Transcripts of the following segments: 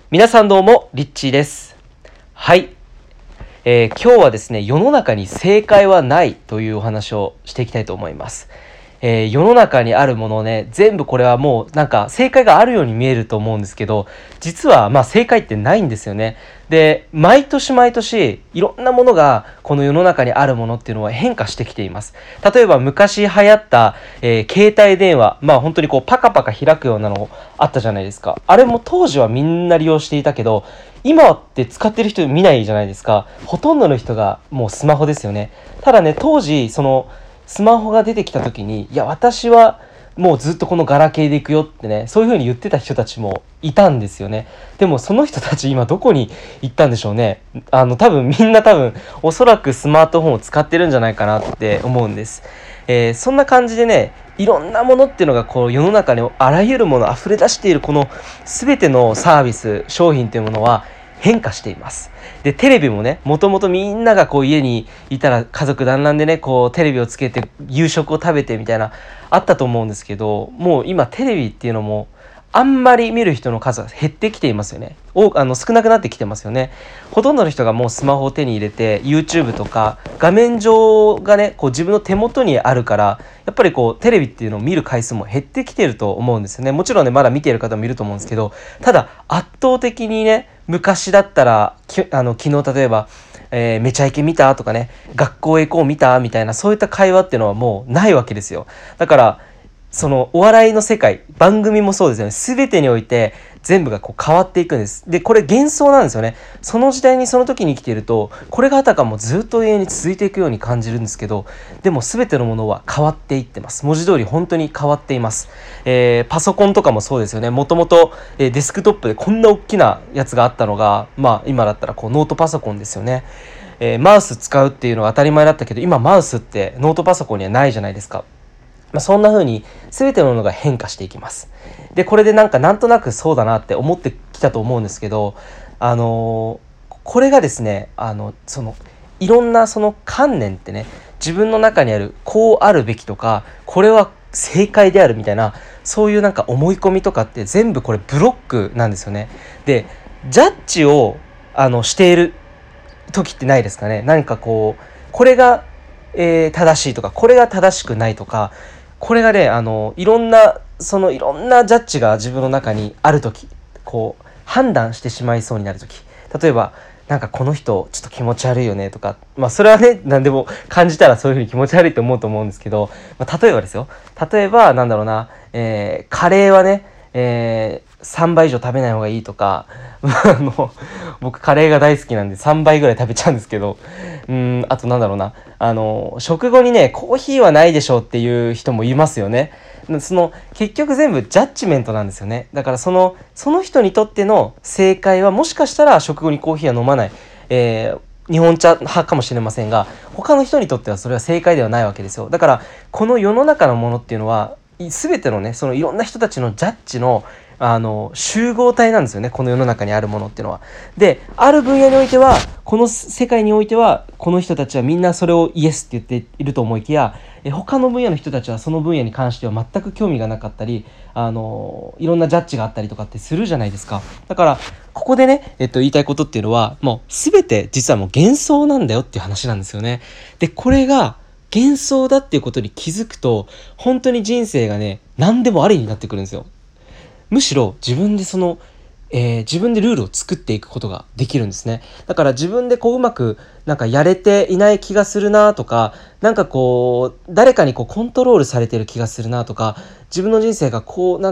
皆さんどうも、リッチーです。はい、今日はですね、世の中に正解はないというお話をしていきたいと思います。世の中にあるものね、全部これはもうなんか正解があるように見えると思うんですけど、実は正解ってないんですよね。で、毎年毎年いろんなものがこの世の中にあるものっていうのは変化してきています。例えば昔流行った、携帯電話、本当にこうパカパカ開くようなのあったじゃないですか。あれも当時はみんな利用していたけど、今って使ってる人見ないじゃないですか。ほとんどの人がもうスマホですよね。ただね、当時そのスマホが出てきた時に、いや私はもうずっとこのガラケーでいくよってね、そういう風に言ってた人たちもいたんですよね。でもその人たち今どこに行ったんでしょうね。みんなおそらくスマートフォンを使ってるんじゃないかなって思うんです。そんな感じでね、いろんなものっていうのがこう世の中にあらゆるもの溢れ出しているこの全てのサービス商品というものは変化しています。でテレビもね、もともとみんながこう家にいたら家族団らんでね、こうテレビをつけて夕食を食べてみたいなあったと思うんですけど、もう今テレビっていうのもあんまり見る人の数が減ってきていますよね。少なくなってきてますよね。ほとんどの人がもうスマホを手に入れて YouTube とか画面上がね、こう自分の手元にあるから、やっぱりこうテレビっていうのを見る回数も減ってきてると思うんですよね。もちろんね、まだ見ている方もいると思うんですけど、ただ圧倒的にね、昔だったら昨日例えばめちゃイケ見たとかね、学校へ行こう見たみたいな、そういった会話っていうのはもうないわけですよ。だからそのお笑いの世界、番組もそうですよね。全てにおいて全部がこう変わっていくんです。で、これ幻想なんですよね。その時代にその時に生きていると、これがあたかもずっと永遠に続いていくように感じるんですけど、でも全てのものは変わっていってます。文字通り本当に変わっています。パソコンとかもそうですよね。もともとデスクトップでこんな大きなやつがあったのが、今だったらこうノートパソコンですよね。マウス使うっていうのが当たり前だったけど、今マウスってノートパソコンにはないじゃないですか。そんな風に全てのものが変化していきます。でこれでなんとなくそうだなって思ってきたと思うんですけど、これがですね、いろんなその観念ってね、自分の中にあるこうあるべきとか、これは正解であるみたいな、そういう思い込みとかって全部これブロックなんですよね。でジャッジをしている時ってないですかね。何かこうこれが、正しいとか、これが正しくないとか、これがね、いろんなジャッジが自分の中にある時、こう判断してしまいそうになる時、例えばこの人ちょっと気持ち悪いよねとか、それはね、何でも感じたらそういう風に気持ち悪いと思うと思うんですけど、例えばですよ、例えばカレーはね、3倍以上食べない方がいいとか僕カレーが大好きなんで3倍ぐらい食べちゃうんですけど、あと食後にね、コーヒーはないでしょうっていう人もいますよね。結局全部ジャッジメントなんですよね。だからその人にとっての正解は、もしかしたら食後にコーヒーは飲まない、日本茶派かもしれませんが、他の人にとってはそれは正解ではないわけですよ。だからこの世の中のものっていうのは全てのね、そのいろんな人たちのジャッジの集合体なんですよね、この世の中にあるものっていうのは。である分野においては、この世界においてはこの人たちはみんなそれをイエスって言っていると思いきや、他の分野の人たちはその分野に関しては全く興味がなかったり、いろんなジャッジがあったりとかってするじゃないですか。だからここでね、言いたいことっていうのは、もう全て実はもう幻想なんだよっていう話なんですよね。でこれが幻想だっていうことに気づくと、本当に人生がね、何でもありになってくるんですよ。むしろ自分で自分でルールを作っていくことができるんですね。だから自分でこううまくやれていない気がするなとか、誰かにコントロールされてる気がするなとか、自分の人生が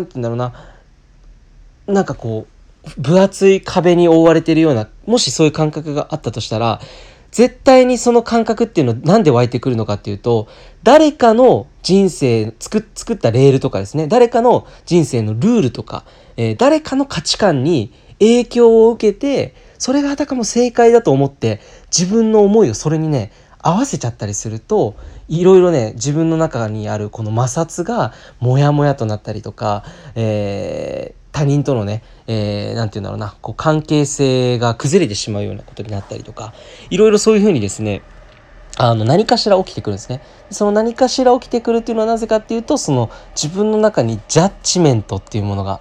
分厚い壁に覆われているような、もしそういう感覚があったとしたら、絶対にその感覚っていうのはなんで湧いてくるのかっていうと、誰かの人生作ったレールとかですね、誰かの人生のルールとか、誰かの価値観に影響を受けて、それがあたかも正解だと思って自分の思いをそれにね合わせちゃったりすると、いろいろね、自分の中にあるこの摩擦がモヤモヤとなったりとか、他人とのね、関係性が崩れてしまうようなことになったりとか、いろいろそういうふうにですね、何かしら起きてくるんですね。その何かしら起きてくるっていうのはなぜかっていうと、その自分の中にジャッジメントっていうものが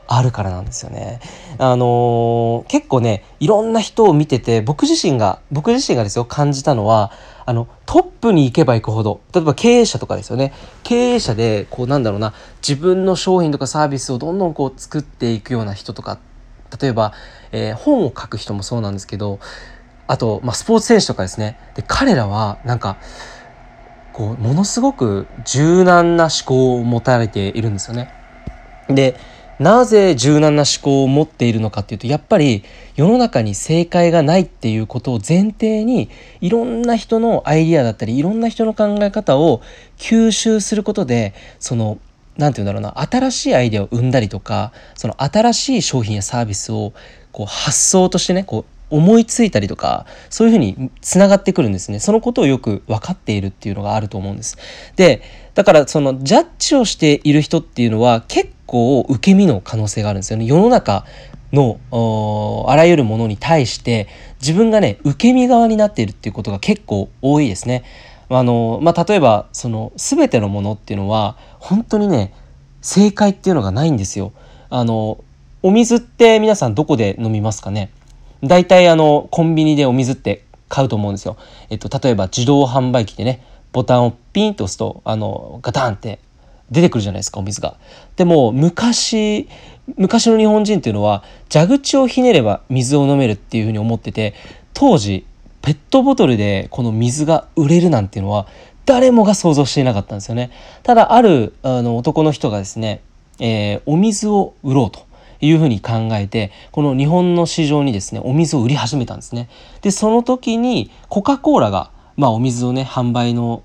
あるからなんですよね。結構ね、いろんな人を見てて、僕自身がですよ、感じたのは、トップに行けば行くほど、例えば経営者とかですよね。経営者で、自分の商品とかサービスをどんどん作っていくような人とか、例えば、本を書く人もそうなんですけど、あと、スポーツ選手とかですね。で、彼らは、ものすごく柔軟な思考を持たれているんですよね。で、なぜ柔軟な思考を持っているのかっていうと、やっぱり世の中に正解がないっていうことを前提に、いろんな人のアイディアだったり、いろんな人の考え方を吸収することで、新しいアイデアを生んだりとか、その新しい商品やサービスを発想としてね、思いついたりとか、そういうふうにつながってくるんですね。そのことをよく分かっているっていうのがあると思うんです。で、だからそのジャッジをしている人っていうのは結構受け身の可能性があるんですよね。世の中のあらゆるものに対して自分がね、受け身側になっているっていうことが結構多いですね。例えばその全てのものっていうのは本当にね、正解っていうのがないんですよ。お水って皆さんどこで飲みますかね。だいたいコンビニでお水って買うと思うんですよ。例えば自動販売機でね、ボタンをピンと押すとガタンって出てくるじゃないですか、お水が。でも昔の日本人っていうのは蛇口をひねれば水を飲めるっていうふうに思ってて、当時ペットボトルでこの水が売れるなんていうのは誰もが想像していなかったんですよね。ただある男の人がですね、お水を売ろうというふうに考えて、この日本の市場にですね、お水を売り始めたんですね。で、その時にコカ・コーラがお水をね、販売の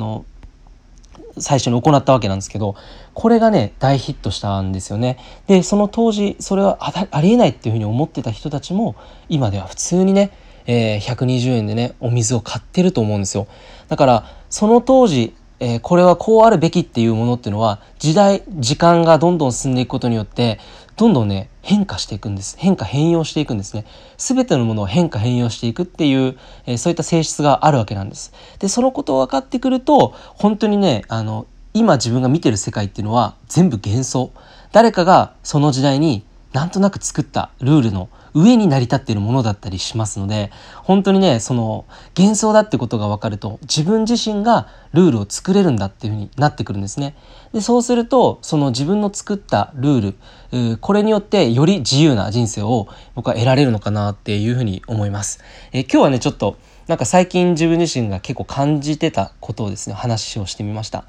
最初に行ったわけなんですけど、これがね、大ヒットしたんですよね。で、その当時それはありえないっていうふうに思ってた人たちも今では普通にね、120円でね、お水を買ってると思うんですよ。だからその当時、これはこうあるべきっていうものっていうのは時間がどんどん進んでいくことによってどんどんね、変化していくんです。変化変容していくんですね。すべてのものを変化変容していくっていう、そういった性質があるわけなんです。で、そのことを分かってくると、本当にね、今自分が見てる世界っていうのは全部幻想。誰かがその時代になんとなく作ったルールの上に成り立っているものだったりしますので、本当にね、その幻想だってことが分かると、自分自身がルールを作れるんだっていうふうになってくるんですね。で、そうするとその自分の作ったルール、これによってより自由な人生を僕は得られるのかなっていうふうに思います。今日はね、ちょっと最近自分自身が結構感じてたことをですね、話をしてみました。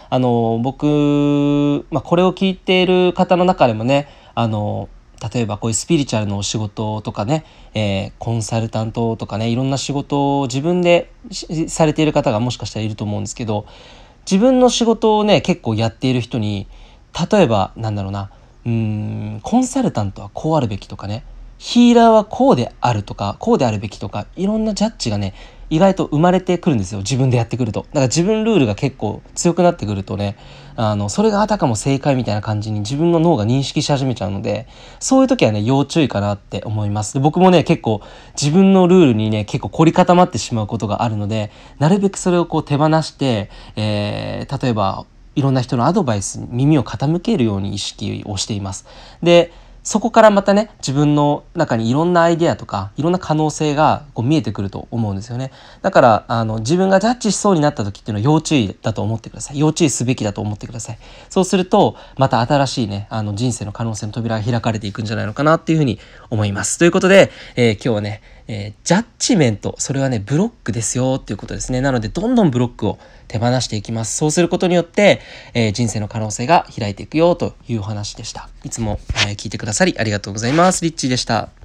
僕、これを聞いている方の中でもね、例えばこういうスピリチュアルのお仕事とかね、コンサルタントとかね、いろんな仕事を自分でされている方がもしかしたらいると思うんですけど、自分の仕事をね、結構やっている人に、例えばコンサルタントはこうあるべきとかね、ヒーラーはこうであるとか、こうであるべきとか、いろんなジャッジがね、意外と生まれてくるんですよ。自分でやってくると。だから自分ルールが結構強くなってくるとね、それがあたかも正解みたいな感じに自分の脳が認識し始めちゃうので、そういう時はね、要注意かなって思います。で、僕もね、結構自分のルールにね、結構凝り固まってしまうことがあるので、なるべくそれを手放して、例えばいろんな人のアドバイスに耳を傾けるように意識をしています。で、そこからまたね、自分の中にいろんなアイデアとかいろんな可能性が見えてくると思うんですよね。だから自分がジャッジしそうになった時っていうのは要注意だと思ってください。要注意すべきだと思ってください。そうするとまた新しいね、人生の可能性の扉が開かれていくんじゃないのかなっていうふうに思います。ということで、今日はね、ジャッジメント、それはね、ブロックですよっていうことですね。なのでどんどんブロックを手放していきます。そうすることによって、人生の可能性が開いていくよというお話でした。いつも、聞いてくださりありがとうございます。リッチーでした。